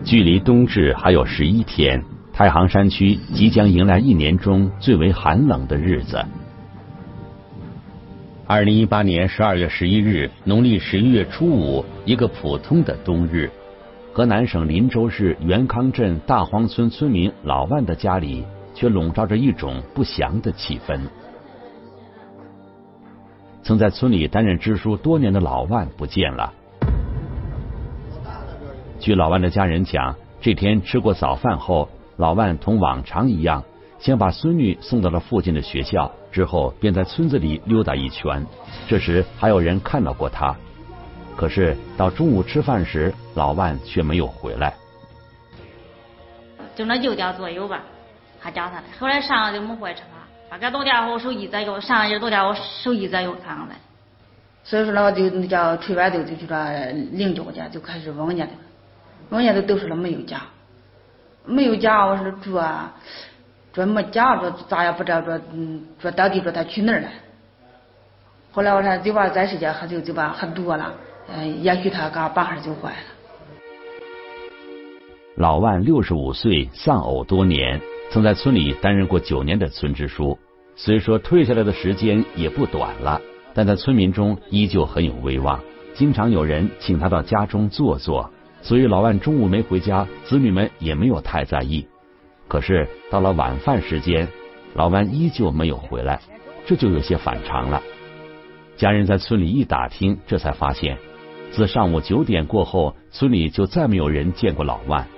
距离冬至还有11天，太行山区即将迎来1年中最为寒冷的日子。2018年12月11日，农历11月初5，一个普通的冬日，河南省林州市元康镇大荒村村民老万的家里却笼罩着一种不祥的气氛。曾在村里担任支书多年的老万不见了。据老万的家人讲，这天吃过早饭后，老万同往常一样，先把孙女送到了附近的学校，之后便在村子里溜达一圈。这时还有人看到过他，可是到中午吃饭时，老万却没有回来。 就那9点左右吧，他叫他来，后来上就没回去了。他给打电话，手机在有，上一打电话手机在有上来。 所以说呢，我就叫吹完豆就去这邻居家就开始问人家的，问人家都说了没有家，没有家。我说这没家，这咋也不知道这到底说他去哪儿了。后来我说嘴巴再时间喝酒，嘴巴喝多了，也许他刚把孩就坏了。 老万65岁，丧偶多年，曾在村里担任过9年的村支书。虽说退下来的时间也不短了，但在村民中依旧很有威望，经常有人请他到家中坐坐。所以老万中午没回家，子女们也没有太在意。可是到了晚饭时间，老万依旧没有回来，这就有些反常了。家人在村里一打听，这才发现，自上午9点过后，村里就再没有人见过老万。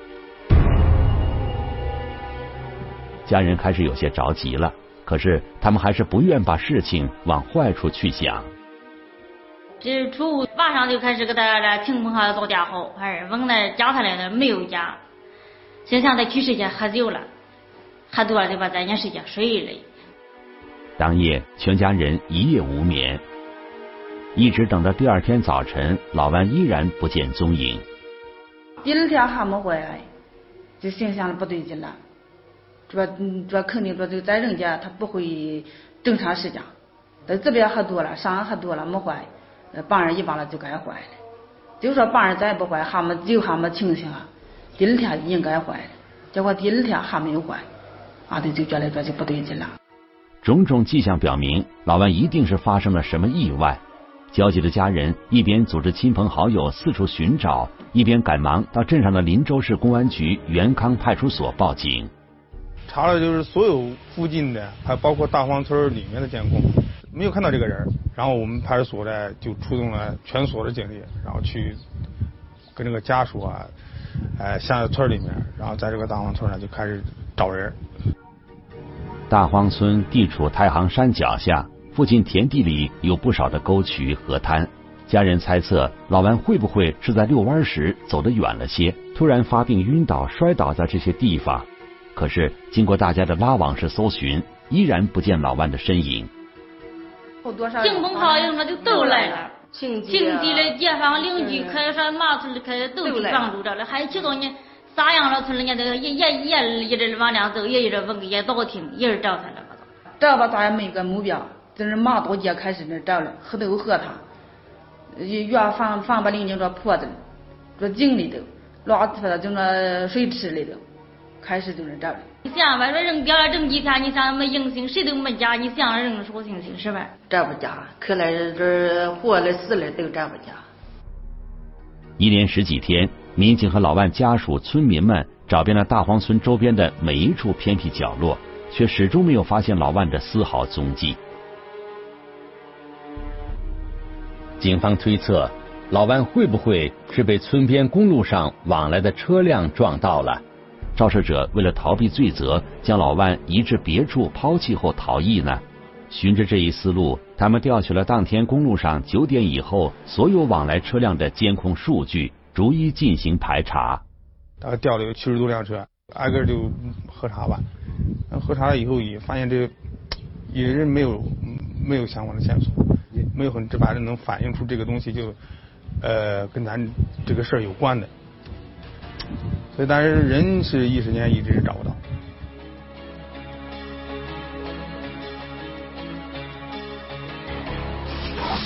家人开始有些着急了，可是他们还是不愿把事情往坏处去想。 这初五晚上就开始给他听朋友打电话，还是问那叫他来的没有家，就想他去睡觉喝酒了，喝多了就把咱家睡觉睡了。 当夜全家人一夜无眠，一直等到第2天早晨，老万依然不见踪影。 第2天还没回来，就心想不对劲了，这肯定就在人家他不会正常时间，在这边喝多了，上喝多了没坏，帮人一帮了就该坏了。就说帮人再不坏，还没清醒啊，第2天应该坏了，结果第2天还没有坏，俺就觉得这就不对劲了。 种种迹象表明，老万一定是发生了什么意外。焦急的家人一边组织亲朋好友四处寻找，一边赶忙到镇上的林州市公安局元康派出所报警。 查了就是所有附近的，还包括大荒村里面的监控，没有看到这个人。然后我们派出所呢就出动了全所的警力，然后去跟这个家属下村里面，然后在这个大荒村呢就开始找人。 大荒村地处太行山脚下，附近田地里有不少的沟渠河滩。家人猜测老万会不会是在遛弯时走得远了些，突然发病晕倒摔倒在这些地方。可是经过大家的拉网式搜寻，依然不见老万的身影。 亲朋好友那就都来了，亲戚的街坊邻居开始马村里开始都去帮助着了，还去到你啥样的村里，人家也一直往那走，也一直问，也打听，一直找他了。 找吧，咱也没个目标，就是马道街开始那找了，河头河塘，远房把邻居这坡子，这井里头，拉出来就那水池里头，开始就那找了。 你想吧，说人掉了这么几天，你想没音信，谁都没家，你想人说信息是吧？ 找不家，可来这活了死了都找不家。 一连10几天，民警和老万家属、村民们找遍了大荒村周边的每一处偏僻角落，却始终没有发现老万的丝毫踪迹。警方推测，老万会不会是被村边公路上往来的车辆撞到了？肇事者为了逃避罪责，将老万移至别处抛弃后逃逸呢？循着这一思路，他们调取了当天公路上9点以后所有往来车辆的监控数据，逐一进行排查。 大概调了有70多辆车，挨个就核查吧。核查了以后也发现这个也是没有相关的线索，没有很直白的能反映出这个东西就跟咱这个事儿有关的。所以但是人是一时间一直是找不到。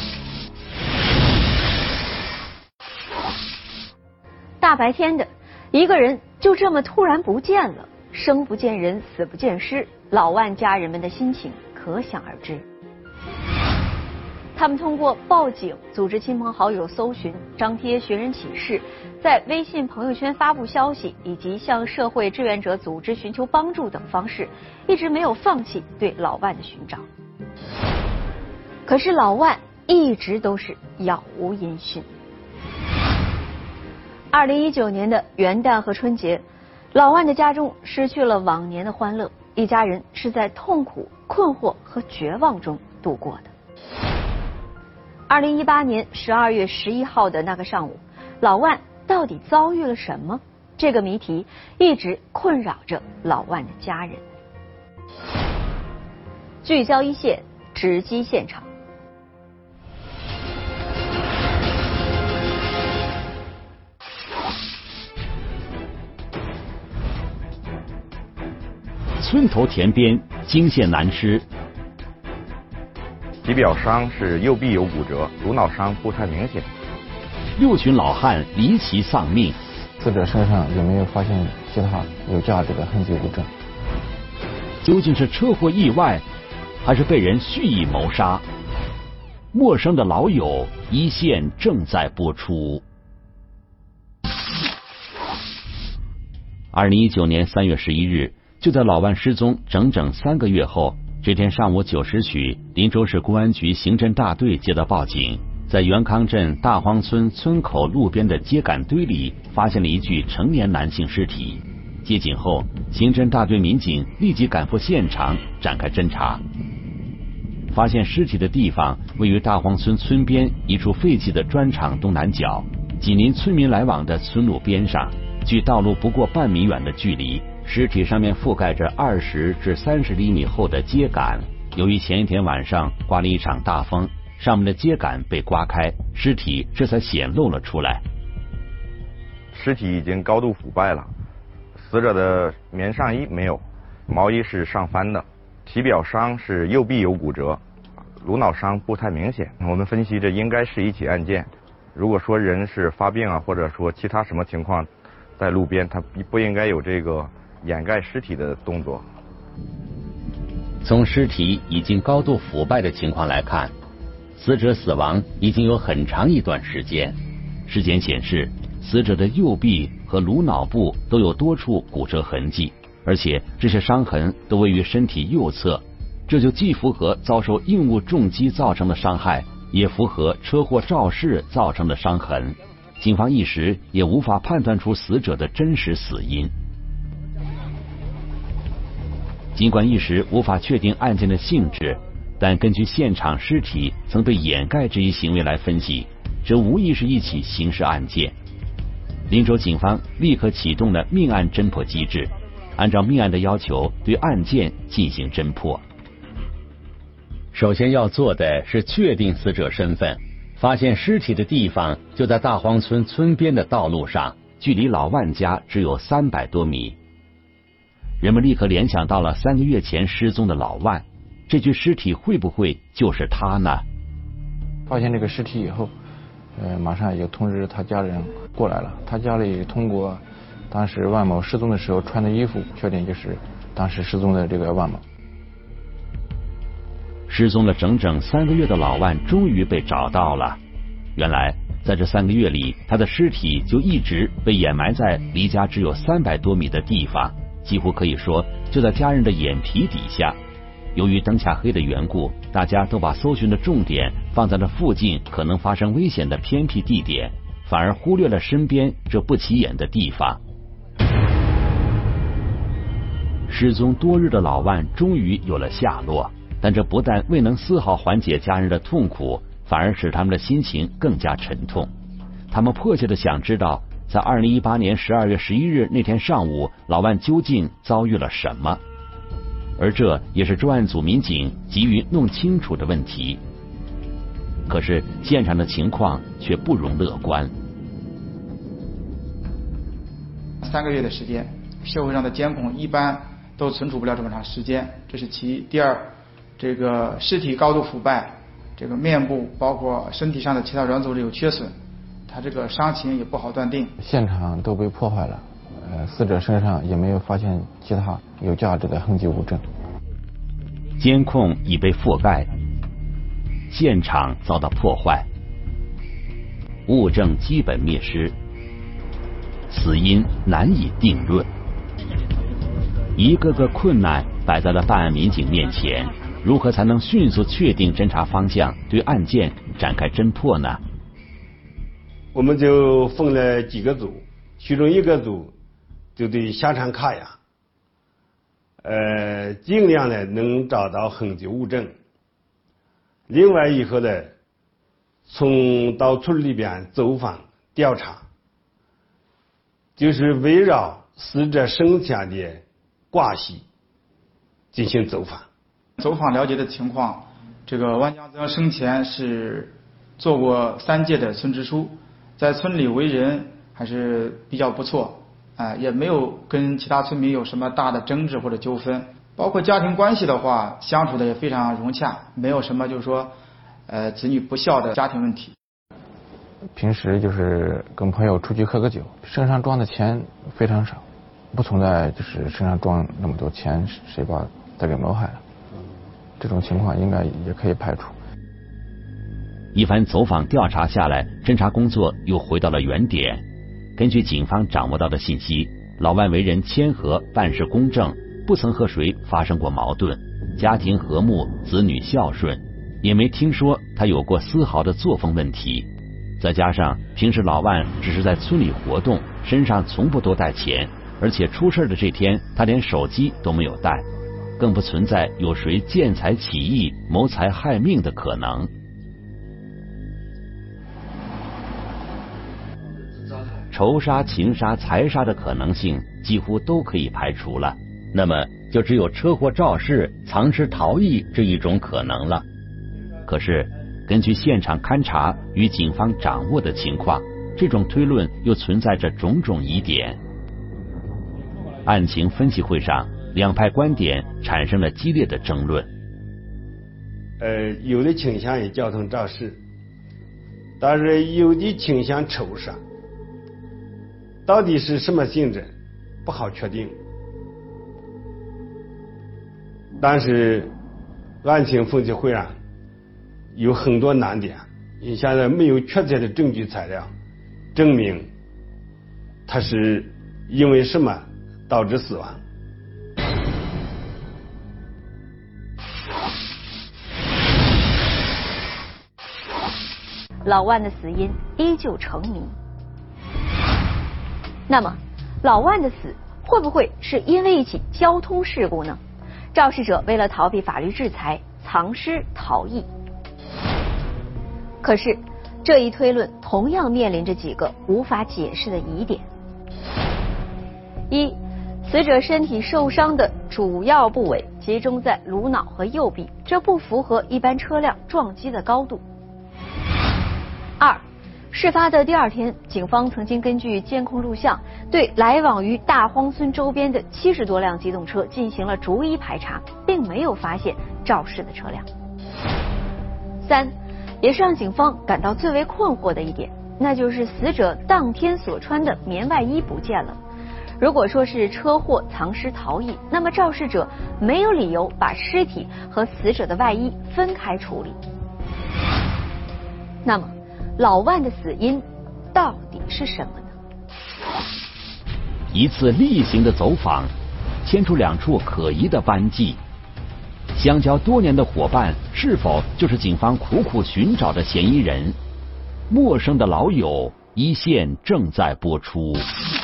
大白天的， 一个人就这么突然不见了，生不见人，死不见尸，老万家人们的心情可想而知。他们通过报警、组织亲朋好友搜寻、张贴寻人启事，在微信朋友圈发布消息，以及向社会志愿者组织寻求帮助等方式，一直没有放弃对老万的寻找。可是老万一直都是杳无音讯。2019年的元旦和春节，老万的家中失去了往年的欢乐，一家人是在痛苦、困惑和绝望中度过的。2018年12月11号的那个上午，老万到底遭遇了什么？这个谜题一直困扰着老万的家人。聚焦一线，直击现场。 村头田边惊现男尸， 体表伤是右臂有骨折，颅脑伤不太明显。 6群老汉离奇丧命， 死者身上有没有发现其他有价值的痕迹物证？ 究竟是车祸意外，还是被人蓄意谋杀？陌生的老友，一线正在播出。2019年3月11日。就在老万失踪整整3个月后，这天上午9时许，林州市公安局刑侦大队接到报警，在元康镇大荒村村口路边的秸秆堆里发现了一具成年男性尸体。接警后，刑侦大队民警立即赶赴现场展开侦查。发现尸体的地方位于大荒村村边一处废弃的砖厂东南角，紧邻村民来往的村路边上，距道路不过半米远的距离。尸体上面覆盖着20至30厘米厚的秸秆，由于前一天晚上刮了一场大风，上面的秸秆被刮开，尸体这才显露了出来。 尸体已经高度腐败了，死者的棉上衣没有，毛衣是上翻的，体表伤是右臂有骨折，颅脑伤不太明显。我们分析这应该是一起案件，如果说人是发病啊，或者说其他什么情况，在路边他不应该有这个掩盖尸体的动作。 从尸体已经高度腐败的情况来看，死者死亡已经有很长一段时间。尸检显示，死者的右臂和颅脑部都有多处骨折痕迹，而且这些伤痕都位于身体右侧，这就既符合遭受硬物重击造成的伤害，也符合车祸肇事造成的伤痕。警方一时也无法判断出死者的真实死因。尽管一时无法确定案件的性质，但根据现场尸体曾被掩盖这一行为来分析，这无疑是一起刑事案件。林州警方立刻启动了命案侦破机制，按照命案的要求对案件进行侦破。首先要做的是确定死者身份，发现尸体的地方就在大荒村村边的道路上，距离老万家只有300多米。人们立刻联想到了3个月前失踪的老万，这具尸体会不会就是他呢？ 发现这个尸体以后，马上也通知他家人过来了。他家里通过当时万某失踪的时候穿的衣服，确定就是当时失踪的这个万某。 失踪了整整3个月的老万终于被找到了。原来在这3个月里，他的尸体就一直被掩埋在离家只有300多米的地方，几乎可以说就在家人的眼皮底下。由于灯下黑的缘故，大家都把搜寻的重点放在了附近可能发生危险的偏僻地点，反而忽略了身边这不起眼的地方。失踪多日的老万终于有了下落，但这不但未能丝毫缓解家人的痛苦，反而使他们的心情更加沉痛。他们迫切地想知道，在2018年12月11日那天上午，老万究竟遭遇了什么？而这也是专案组民警急于弄清楚的问题。可是现场的情况却不容乐观。 3个月的时间，社会上的监控一般都存储不了这么长时间，这是其一。第二，这个尸体高度腐败，这个面部包括身体上的其他软组织有缺损，他这个伤情也不好断定。 现场都被破坏了， 死者身上也没有发现其他有价值的痕迹物证。 监控已被覆盖，现场遭到破坏，物证基本灭失，死因难以定论。一个个困难摆在了办案民警面前，如何才能迅速确定侦查方向，对案件展开侦破呢？ 我们就分了几个组，其中一个组就对现场勘呀，尽量呢能找到痕迹物证。另外以后呢，到村里边走访调查，就是围绕死者生前的关系进行走访。 走访了解的情况，这个万江曾生前是做过3届的村支书，在村里为人还是比较不错，也没有跟其他村民有什么大的争执或者纠纷。包括家庭关系的话，相处的也非常融洽，没有什么就是说子女不孝的家庭问题。 平时就是跟朋友出去喝个酒，身上装的钱非常少，不存在就是身上装那么多钱谁把他给谋害了，这种情况应该也可以排除。 一番走访调查下来，侦查工作又回到了原点。根据警方掌握到的信息，老万为人谦和，办事公正，不曾和谁发生过矛盾，家庭和睦，子女孝顺，也没听说他有过丝毫的作风问题。再加上平时老万只是在村里活动，身上从不多带钱，而且出事的这天他连手机都没有带，更不存在有谁见财起意、谋财害命的可能。仇杀、情杀、财杀的可能性几乎都可以排除了，那么就只有车祸肇事、藏尸逃逸这一种可能了。可是根据现场勘查与警方掌握的情况，这种推论又存在着种种疑点。案情分析会上，两派观点产生了激烈的争论。 有的倾向于交通肇事，但是有的倾向仇杀，到底是什么性质不好确定。但是案情分析会上有很多难点，你现在没有确切的证据材料证明他是因为什么导致死亡。 老万的死因依旧成谜。那么，老万的死会不会是因为一起交通事故呢？肇事者为了逃避法律制裁，藏尸逃逸。可是，这一推论同样面临着几个无法解释的疑点。一，死者身体受伤的主要部位集中在颅脑和右臂，这不符合一般车辆撞击的高度。二，事发的第二天，警方曾经根据监控录像，对来往于大荒村周边的70多辆机动车进行了逐一排查，并没有发现肇事的车辆。三，也是让警方感到最为困惑的一点，那就是死者当天所穿的棉外衣不见了。如果说是车祸藏尸逃逸，那么肇事者没有理由把尸体和死者的外衣分开处理。那么老万的死因到底是什么呢？ 一次例行的走访，牵出2处可疑的斑迹。相交多年的伙伴，是否就是警方苦苦寻找的嫌疑人？陌生的老友，一线正在播出。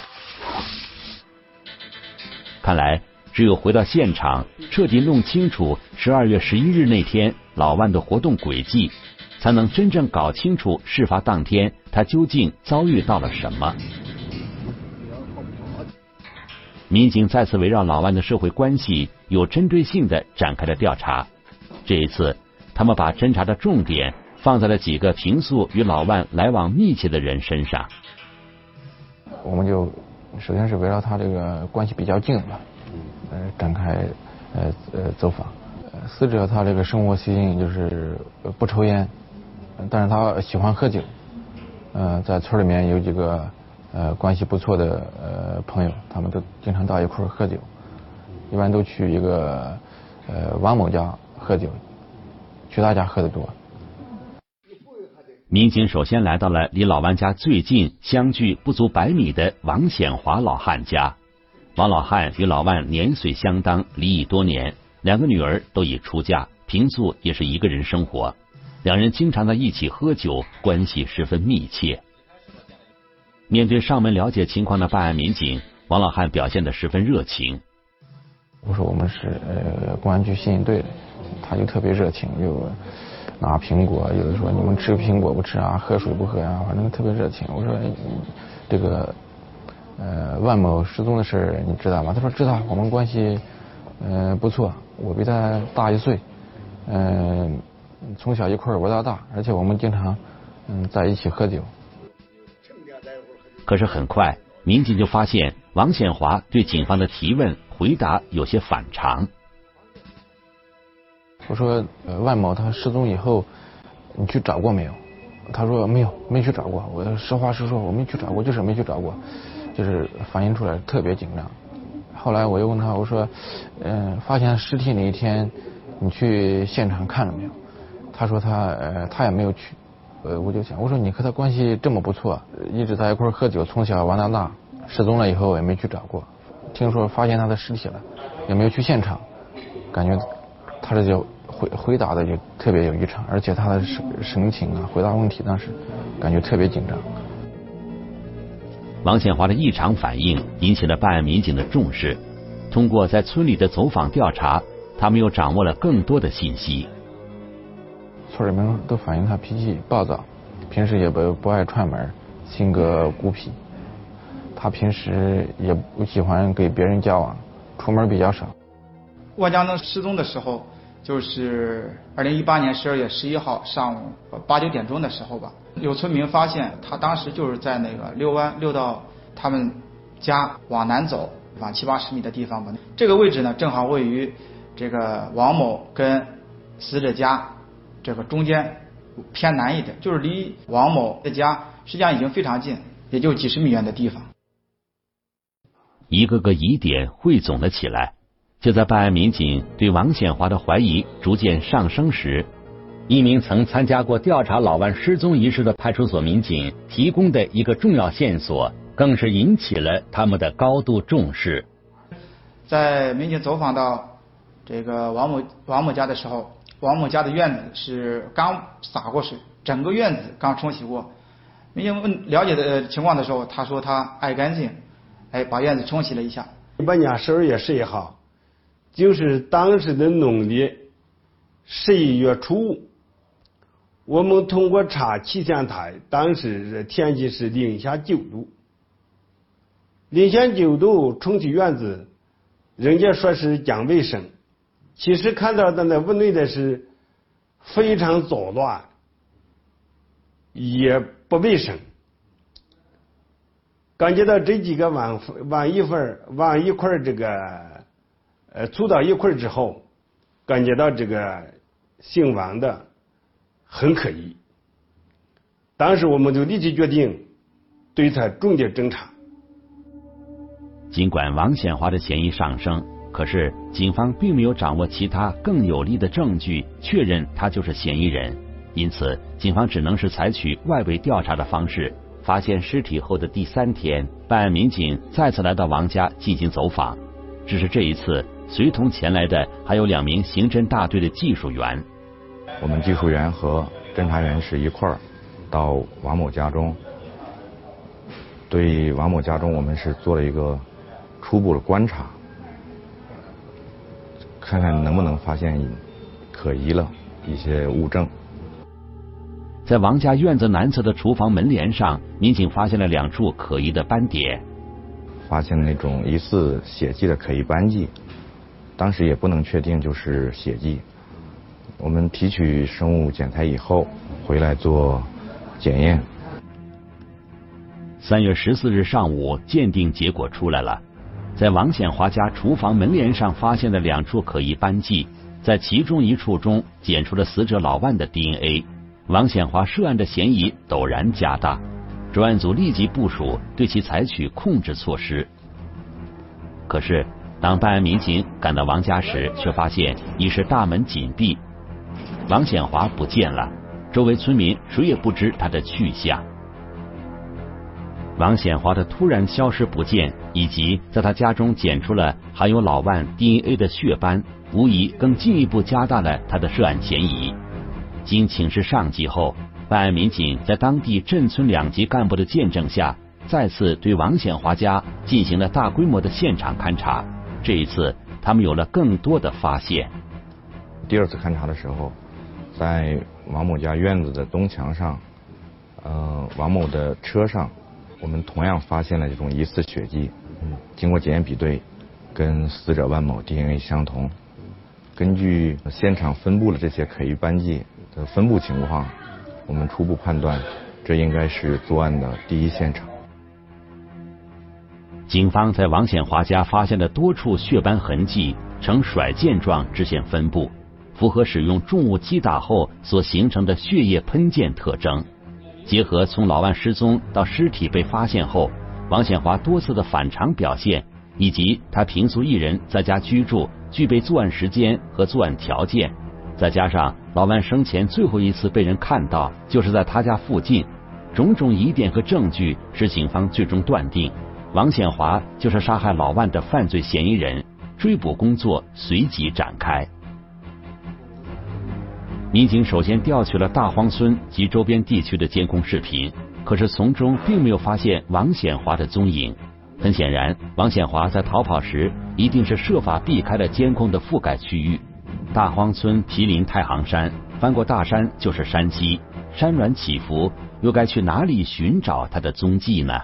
看来，只有回到现场，彻底弄清楚12月11日那天老万的活动轨迹，才能真正搞清楚事发当天他究竟遭遇到了什么。民警再次围绕老万的社会关系有针对性地展开了调查。这一次，他们把侦查的重点放在了几个平素与老万来往密切的人身上。 我们就首先是围绕他这个关系比较近吧，展开走访。死者他这个生活习性就是不抽烟，但是他喜欢喝酒。在村里面有几个关系不错的朋友，他们都经常到一块儿喝酒，一般都去一个王某家喝酒，去他家喝的多。 民警首先来到了离老万家最近、相距不足100米的王显华老汉家。王老汉与老万年岁相当，离异多年，2个女儿都已出嫁，平素也是一个人生活，两人经常在一起喝酒，关系十分密切。面对上门了解情况的办案民警，王老汉表现得十分热情。 我说我们是公安局信息队的，他就特别热情，又拿苹果，有的说你们吃苹果不吃啊，喝水不喝啊，反正特别热情。我说这个万某失踪的事你知道吗？他说知道，我们关系不错，我比他大1岁，从小一块玩到大，而且我们经常在一起喝酒。 可是很快，民警就发现王显华对警方的提问回答有些反常。 我说万某他失踪以后，你去找过没有？他说没有，没去找过。我实话实说，我没去找过，就是没去找过，就是反映出来特别紧张。后来我又问他，我说发现尸体那一天你去现场看了没有？他说他也没有去。我就想，我说你和他关系这么不错，一直在一块喝酒，从小玩到大，失踪了以后也没去找过，听说发现他的尸体了，也没有去现场，感觉他这就回答的就特别有异常，而且他的神情啊，回答问题当时感觉特别紧张。 王显华的异常反应引起了办案民警的重视，通过在村里的走访调查，他们又掌握了更多的信息。 村里面都反映他脾气暴躁，平时也不爱串门，性格孤僻。他平时也不喜欢跟别人交往，出门比较少。 万家能失踪的时候，就是2018年12月11号上午8、9点钟的时候吧。有村民发现他当时就是在那个遛弯，遛到他们家往南走，往7、80米的地方吧。这个位置呢，正好位于这个王某跟死者家这个中间偏南一点，就是离王某的家实际上已经非常近，也就几十米远的地方。 一个个疑点汇总了起来。就在办案民警对王显华的怀疑逐渐上升时，一名曾参加过调查老万失踪一事的派出所民警提供的一个重要线索，更是引起了他们的高度重视。 在民警走访到这个王某家的时候，王某家的院子是刚洒过水，整个院子刚冲洗过。民警了解的情况的时候，他说他爱干净，把院子冲洗了一下。 18年12月11号，就是当时的农历11月初5，我们通过查气象台，当时天气是零下9度，零下9度冲洗院子，人家说是讲卫生，其实看到的那屋内的是非常脏乱，也不卫生。感觉到这几个往一块这个组到一块之后，感觉到这个姓王的很可疑。当时我们就立即决定对他重点侦查。 尽管王显华的嫌疑上升，可是警方并没有掌握其他更有力的证据确认他就是嫌疑人，因此警方只能是采取外围调查的方式。发现尸体后的第3天，办案民警再次来到王家进行走访，只是这一次随同前来的还有2名刑侦大队的技术员。 我们技术员和侦查员是一块儿到王某家中，对王某家中我们是做了一个初步的观察，看看能不能发现可疑了一些物证。 在王家院子南侧的厨房门帘上，民警发现了2处可疑的斑点， 发现那种疑似血迹的可疑斑迹，当时也不能确定就是血迹。我们提取生物检材以后回来做检验。 3月14日上午，鉴定结果出来了，在王显华家厨房门帘上发现的2处可疑斑迹，在其中1处中检出了死者老万的 DNA。王显华涉案的嫌疑陡然加大。 专案组立即部署对其采取控制措施。可是当办案民警赶到王家时，却发现已是大门紧闭，王显华不见了，周围村民谁也不知他的去向。王显华的突然消失不见，以及在他家中检出了含有老万 DNA 的血斑，无疑更进一步加大了他的涉案嫌疑。经请示上级后，办案民警在当地镇村2级干部的见证下，再次对王显华家进行了大规模的现场勘查。这一次，他们有了更多的发现。 第2次勘查的时候，在王某家院子的东墙上，王某的车上，我们同样发现了这种疑似血迹。经过检验比对，跟死者万某 DNA 相同。根据现场分布的这些可疑斑迹的分布情况，我们初步判断，这应该是作案的第一现场。 警方在王显华家发现的多处血斑痕迹呈甩溅状直线分布，符合使用重物击打后所形成的血液喷溅特征。结合从老万失踪到尸体被发现后，王显华多次的反常表现，以及他平素一人在家居住，具备作案时间和作案条件，再加上老万生前最后一次被人看到就是在他家附近，种种疑点和证据使警方最终断定王显华就是杀害老万的犯罪嫌疑人。追捕工作随即展开。民警首先调取了大荒村及周边地区的监控视频，可是从中并没有发现王显华的踪影。很显然，王显华在逃跑时一定是设法避开了监控的覆盖区域。大荒村毗邻太行山，翻过大山就是山溪，山峦起伏，又该去哪里寻找他的踪迹呢？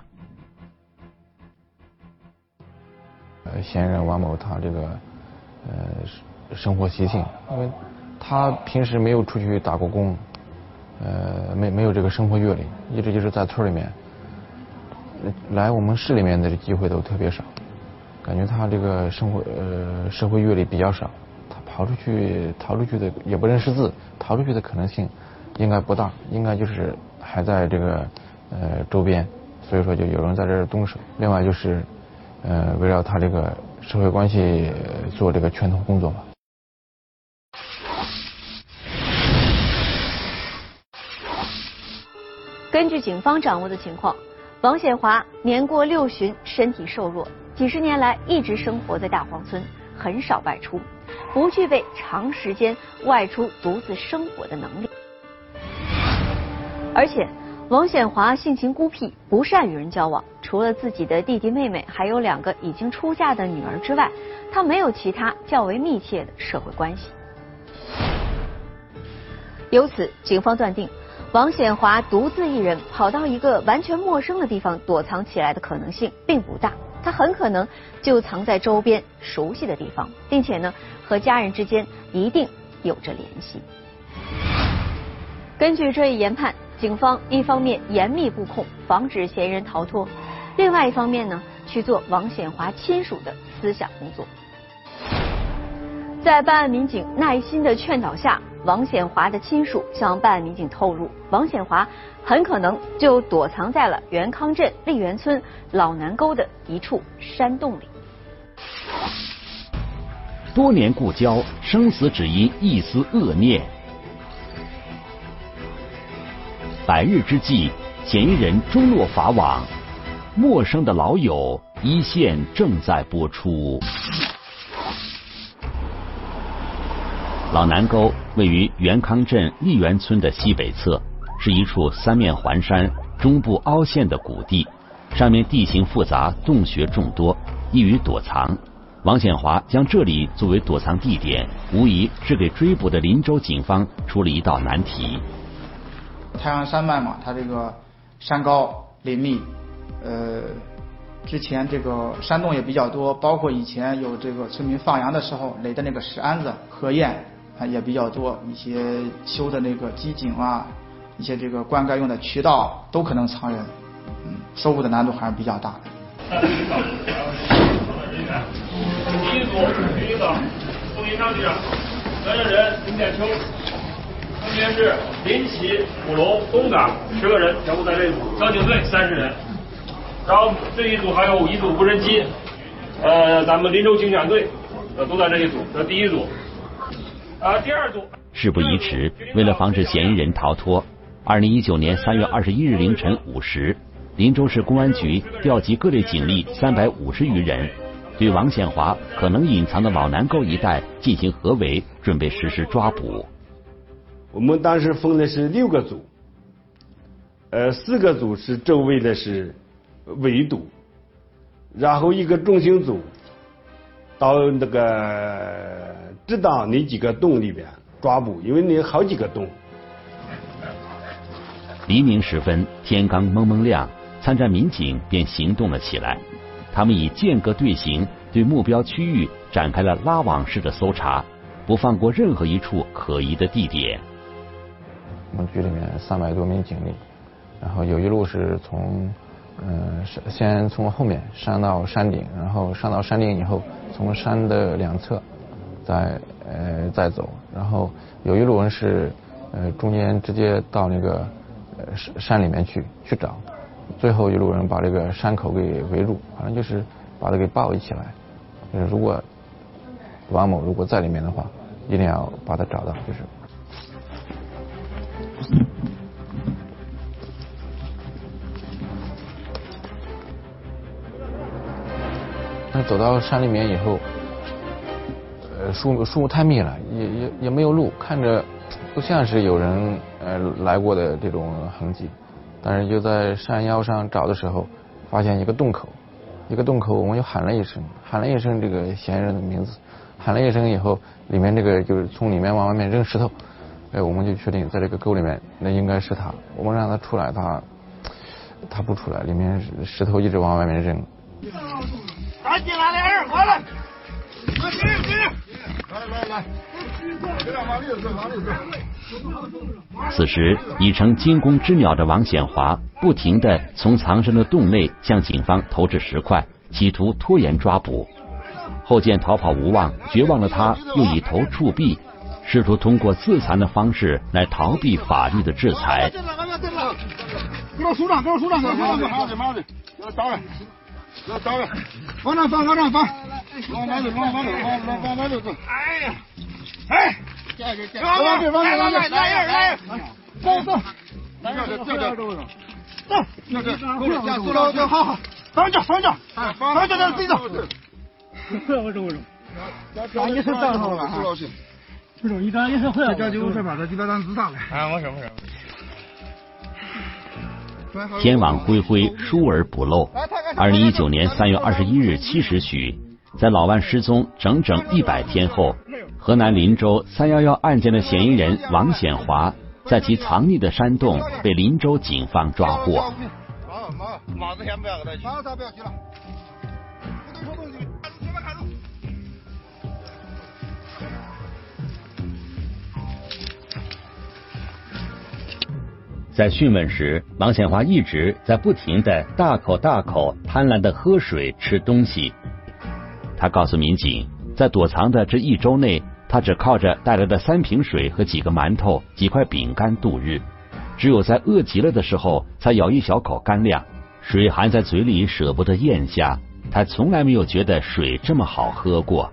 嫌疑人王某他这个生活习性，因为他平时没有出去打过工，没有这个生活阅历，一直就是在村里面，来我们市里面的机会都特别少，感觉他这个社会阅历比较少，他逃出去的也不认识字，逃出去的可能性应该不大，应该就是还在这个周边，所以说就有人在这儿动手。另外就是围绕他这个社会关系做这个圈套工作吧。 根据警方掌握的情况，王显华年过60旬，身体瘦弱，几十年来一直生活在大荒村，很少外出，不具备长时间外出独自生活的能力。而且王显华性情孤僻，不善与人交往，除了自己的弟弟妹妹，还有2个已经出嫁的女儿之外，他没有其他较为密切的社会关系。由此，警方断定王显华独自一人跑到一个完全陌生的地方躲藏起来的可能性并不大，他很可能就藏在周边熟悉的地方，并且呢，和家人之间一定有着联系。根据这一研判，警方一方面严密布控，防止嫌疑人逃脱，另外一方面呢，去做王显华亲属的思想工作。在办案民警耐心的劝导下，王显华的亲属向办案民警透露，王显华很可能就躲藏在了元康镇丽园村老南沟的一处山洞里。 多年故交，生死只因一丝恶念。百日之际，嫌疑人终落法网。陌生的老友，一线正在播出。老南沟位于元康镇丽园村的西北侧，是一处三面环山、中部凹陷的谷地，上面地形复杂，洞穴众多，易于躲藏。王显华将这里作为躲藏地点，无疑是给追捕的林州警方出了一道难题。 太行山脉嘛，它这个山高林密，之前这个山洞也比较多，包括以前有这个村民放羊的时候垒的那个石鞍子、河堰啊也比较多，一些修的那个机井啊，一些这个灌溉用的渠道都可能藏人，搜捕的难度还是比较大的。第一组，第一个，不给上去，来人，林建秋。 分别是临起、五龙、东港10个人，全部在这一组；交警队30人，然后这一组还有一组无人机，咱们林州警犬队，都在这一组。这第一组，第二组。 事不宜迟，为了防止嫌疑人逃脱，2019年3月21日凌晨5时，林州市公安局调集各类警力350余人，对王显华可能隐藏的老南沟一带进行合围，准备实施抓捕。 我们当时分的是6个组，4个组是周围的是围堵，然后一个中心组到那个知道那几个洞里边抓捕，因为那好几个洞。 黎明时分，天刚蒙蒙亮，参战民警便行动了起来。他们以间隔队形对目标区域展开了拉网式的搜查，不放过任何一处可疑的地点。 我们局里面300多名警力，然后有一路是从先从后面上到山顶，然后上到山顶以后，从山的2侧再走，然后有一路人是中间直接到那个山里面去找，最后一路人把这个山口给围住，反正就是把它给包围起来。就是如果王某如果在里面的话，一定要把他找到，就是。但走到山里面以后，树木太密了，也没有路，看着不像是有人来过的这种痕迹。但是就在山腰上找的时候，发现一个洞口，我们就喊了一声这个嫌疑人的名字，喊了一声以后，里面这个就是从里面往外面扔石头，我们就确定在这个沟里面，那应该是他。我们让他出来，他不出来，里面石头一直往外面扔。 赶紧来2人，过来！来！ 此时已成惊弓之鸟的王显华不停地从藏身的洞内向警方投掷石块，企图拖延抓捕。后见逃跑无望，绝望的他又以头触壁，试图通过自残的方式来逃避法律的制裁。 给我数上，慢的，倒来，往上翻，往哪走？哎呀，哎，往这，来，走，走，好，放脚，自己走。我走。咱也是站好了，这种一张也是会。这就快把他鸡巴当子弹了。我什么？ 天网恢恢，疏而不漏。2019年3月21日7时许，在老万失踪整整100天后，河南林州311案件的嫌疑人王显华，在其藏匿的山洞被林州警方抓获。 马子先不要给他去，马子不要去了。 在讯问时，王显华一直在不停地大口贪婪地喝水吃东西。他告诉民警，在躲藏的这1周内，他只靠着带来的3瓶水和几个馒头、几块饼干度日，只有在饿极了的时候才咬一小口干粮，水含在嘴里舍不得咽下。他从来没有觉得水这么好喝过。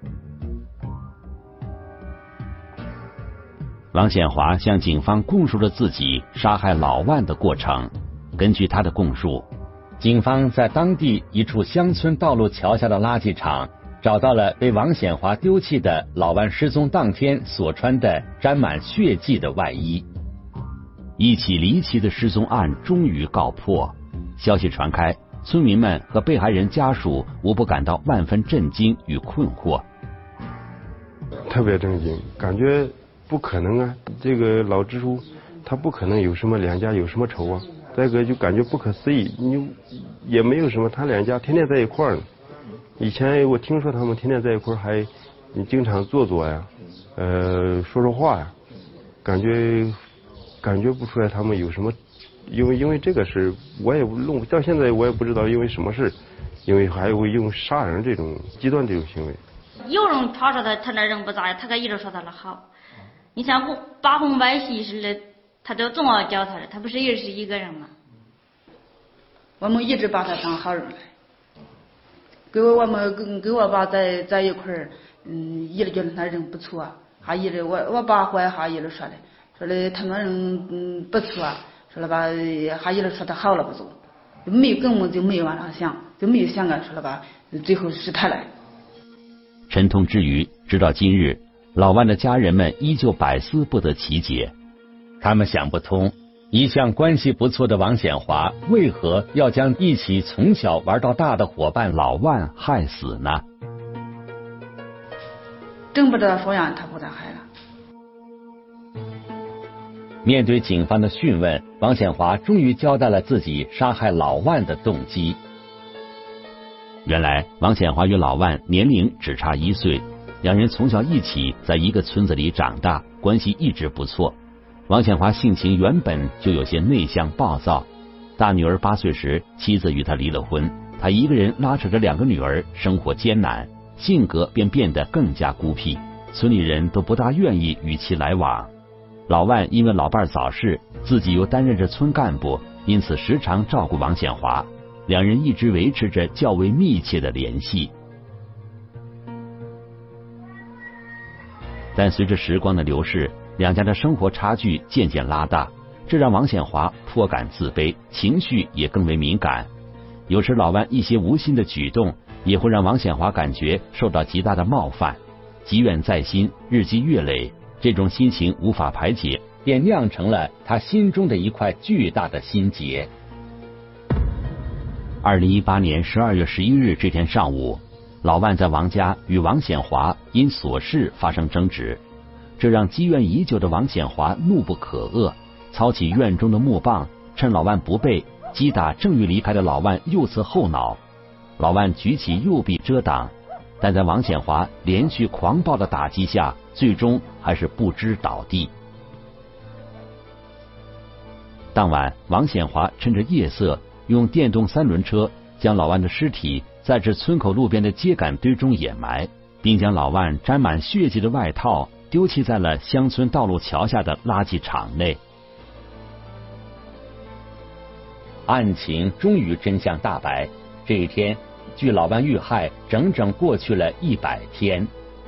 王显华向警方供述了自己杀害老万的过程。根据他的供述，警方在当地一处乡村道路桥下的垃圾场找到了被王显华丢弃的老万失踪当天所穿的沾满血迹的外衣。一起离奇的失踪案终于告破，消息传开，村民们和被害人家属无不感到万分震惊与困惑。 特别震惊，感觉不可能啊！这个老支书他不可能有什么两家有什么仇啊！再一个就感觉不可思议，你也没有什么，他2家天天在一块儿呢。以前我听说他们天天在一块儿，还经常坐呀，说话呀，感觉不出来他们有什么，因为这个事我也弄到现在我也不知道因为什么事，因为还会用杀人这种极端这种行为。 有人他说他那人不咋样，他可一直说他的好。 你像把红白喜似的，他都总要叫他的，他不是也是一个人吗？ 我们一直把他当好人来，跟我爸在一块儿，一直觉得他人不错，还一直我爸坏还一直说的他们人不错，说了吧，还一直说他好了不走，根本就没有往上想，就没有想过说了吧，最后是他来。 沉痛之余，直到今日，老万的家人们依旧百思不得其解，他们想不通。一向关系不错的王显华，为何要将一起从小玩到大的伙伴老万害死呢？ 真不知道说让他不咋害了。 面对警方的讯问，王显华终于交代了自己杀害老万的动机。原来，王显华与老万年龄只差1岁，两人从小一起在一个村子里长大，关系一直不错。王显华性情原本就有些内向暴躁，大女儿8岁时，妻子与他离了婚，他一个人拉扯着2个女儿，生活艰难，性格便变得更加孤僻，村里人都不大愿意与其来往。老万因为老伴早逝，自己又担任着村干部，因此时常照顾王显华，两人一直维持着较为密切的联系。但随着时光的流逝，两家的生活差距渐渐拉大，这让王显华颇感自卑，情绪也更为敏感。有时老万一些无心的举动，也会让王显华感觉受到极大的冒犯，积怨在心，日积月累，这种心情无法排解，便酿成了他心中的一块巨大的心结。2018年12月11日这天上午，老万在王家与王显华因琐事发生争执，这让积怨已久的王显华怒不可遏，操起院中的木棒，趁老万不备，击打正欲离开的老万右侧后脑。老万举起右臂遮挡，但在王显华连续狂暴的打击下，最终还是不支倒地。当晚，王显华趁着夜色，用电动3轮车将老万的尸体在至村口路边的秸秆堆中掩埋，并将老万沾满血迹的外套丢弃在了乡村道路桥下的垃圾场内。案情终于真相大白，这一天距老万遇害整整过去了100天。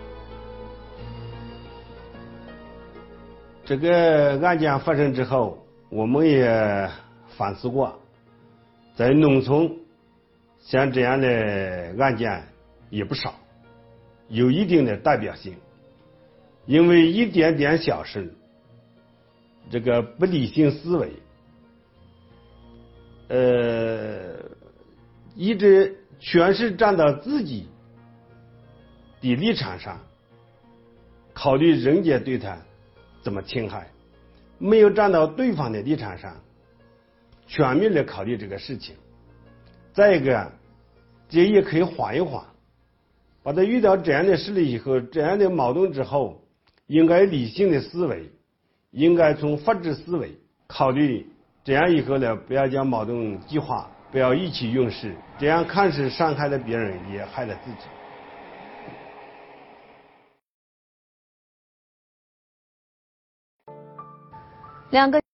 这个案件发生之后，我们也反思过，在农村像这样的案件也不少，有一定的代表性。因为一点点小事，这个不理性思维，一直全是站到自己的立场上，考虑人家对他怎么侵害，没有站到对方的立场上，全面的考虑这个事情。再一个，这也可以缓一缓，把他遇到这样的事例以后，这样的矛盾之后，应该理性的思维，应该从法治思维考虑，这样以后呢，不要将矛盾激化，不要意气用事，这样看似伤害了别人，也害了自己。 2个